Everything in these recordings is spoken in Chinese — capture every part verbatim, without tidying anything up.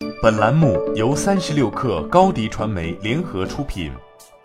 本栏目由三十六氪高低传媒联合出品。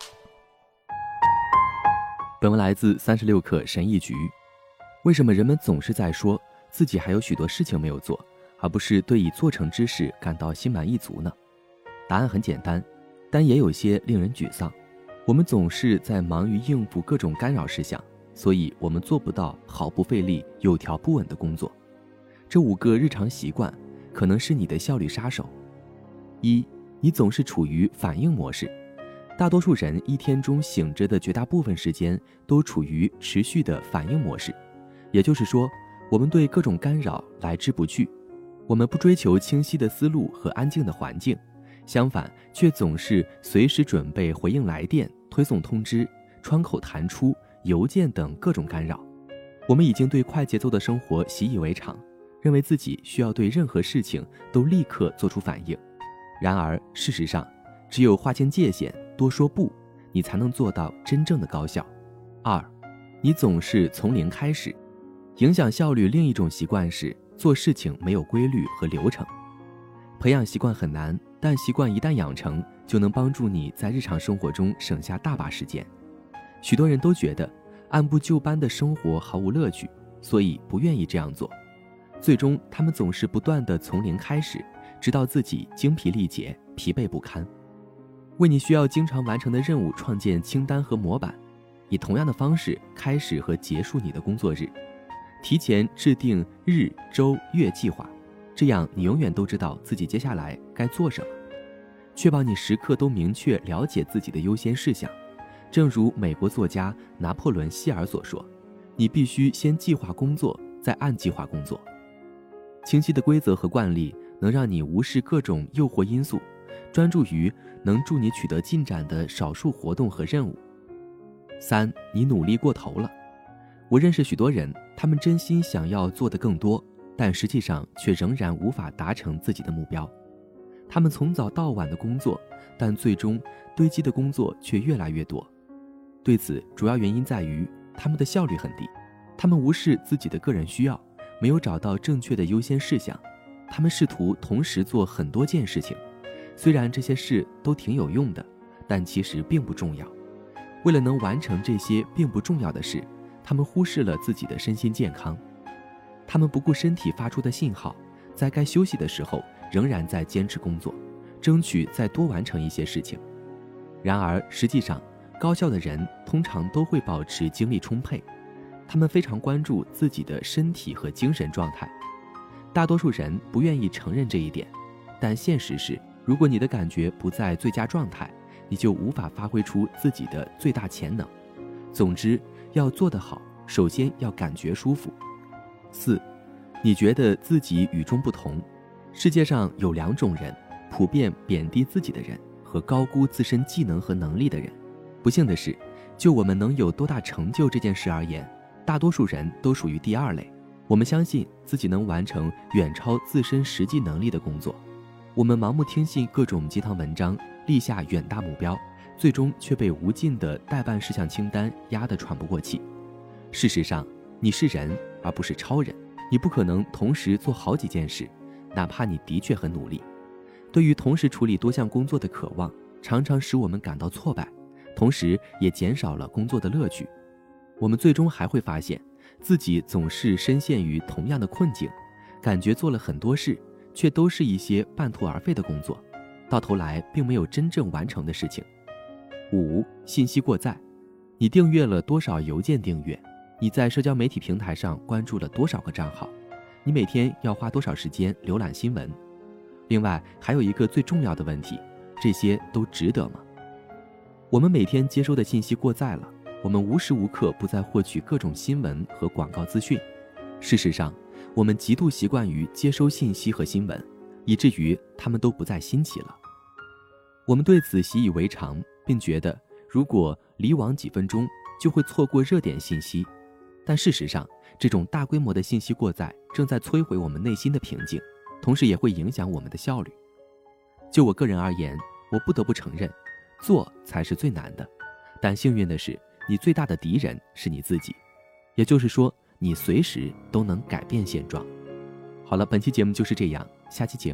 本文来自三十六氪神译局。为什么人们总是在说自己还有许多事情没有做，而不是对已做成之事感到心满意足呢？答案很简单，但也有些令人沮丧。我们总是在忙于应付各种干扰事项，所以我们做不到毫不费力、有条不紊的工作。这五个日常习惯可能是你的效率杀手。一，你总是处于反应模式。大多数人一天中醒着的绝大部分时间都处于持续的反应模式，也就是说，我们对各种干扰来之不拒，我们不追求清晰的思路和安静的环境，相反，却总是随时准备回应来电、推送通知、窗口弹出、邮件等各种干扰。我们已经对快节奏的生活习以为常，认为自己需要对任何事情都立刻做出反应。然而，事实上，只有划清界限，多说不，你才能做到真正的高效。二，你总是从零开始。影响效率另一种习惯是做事情没有规律和流程。培养习惯很难，但习惯一旦养成，就能帮助你在日常生活中省下大把时间。许多人都觉得按部就班的生活毫无乐趣，所以不愿意这样做。最终，他们总是不断地从零开始，直到自己精疲力竭、疲惫不堪。为你需要经常完成的任务创建清单和模板，以同样的方式开始和结束你的工作日。提前制定日、周、月计划，这样你永远都知道自己接下来该做什么。确保你时刻都明确了解自己的优先事项。正如美国作家拿破仑·希尔所说，你必须先计划工作，再按计划工作。清晰的规则和惯例能让你无视各种诱惑因素，专注于能助你取得进展的少数活动和任务。三，你努力过头了。我认识许多人，他们真心想要做得更多，但实际上却仍然无法达成自己的目标。他们从早到晚的工作，但最终堆积的工作却越来越多。对此，主要原因在于他们的效率很低，他们无视自己的个人需要，没有找到正确的优先事项。他们试图同时做很多件事情，虽然这些事都挺有用的，但其实并不重要。为了能完成这些并不重要的事，他们忽视了自己的身心健康。他们不顾身体发出的信号，在该休息的时候仍然在坚持工作，争取再多完成一些事情。然而，实际上，高效的人通常都会保持精力充沛，他们非常关注自己的身体和精神状态。大多数人不愿意承认这一点，但现实是，如果你的感觉不在最佳状态，你就无法发挥出自己的最大潜能。总之，要做得好，首先要感觉舒服。四，你觉得自己与众不同。世界上有两种人，普遍贬低自己的人和高估自身技能和能力的人。不幸的是，就我们能有多大成就这件事而言，大多数人都属于第二类。我们相信自己能完成远超自身实际能力的工作，我们盲目听信各种鸡汤文章，立下远大目标，最终却被无尽的待办事项清单压得喘不过气。事实上，你是人而不是超人，你不可能同时做好几件事，哪怕你的确很努力。对于同时处理多项工作的渴望，常常使我们感到挫败，同时也减少了工作的乐趣。我们最终还会发现，自己总是深陷于同样的困境，感觉做了很多事，却都是一些半途而废的工作，到头来并没有真正完成的事情。五，信息过载。你订阅了多少邮件订阅？你在社交媒体平台上关注了多少个账号？你每天要花多少时间浏览新闻？另外，还有一个最重要的问题，这些都值得吗？我们每天接收的信息过载了，我们无时无刻不在获取各种新闻和广告资讯。事实上，我们极度习惯于接收信息和新闻，以至于它们都不再新奇了。我们对此习以为常，并觉得如果离网几分钟就会错过热点信息。但事实上，这种大规模的信息过载正在摧毁我们内心的平静，同时也会影响我们的效率。就我个人而言，我不得不承认，做才是最难的。但幸运的是，你最大的敌人是你自己，也就是说，你随时都能改变现状。好了，本期节目就是这样，下期节目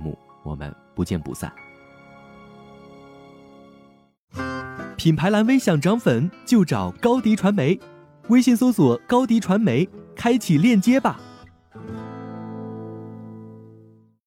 我们不见不散。品牌蓝 V 想涨粉就找高迪传媒，微信搜索高迪传媒，开启链接吧。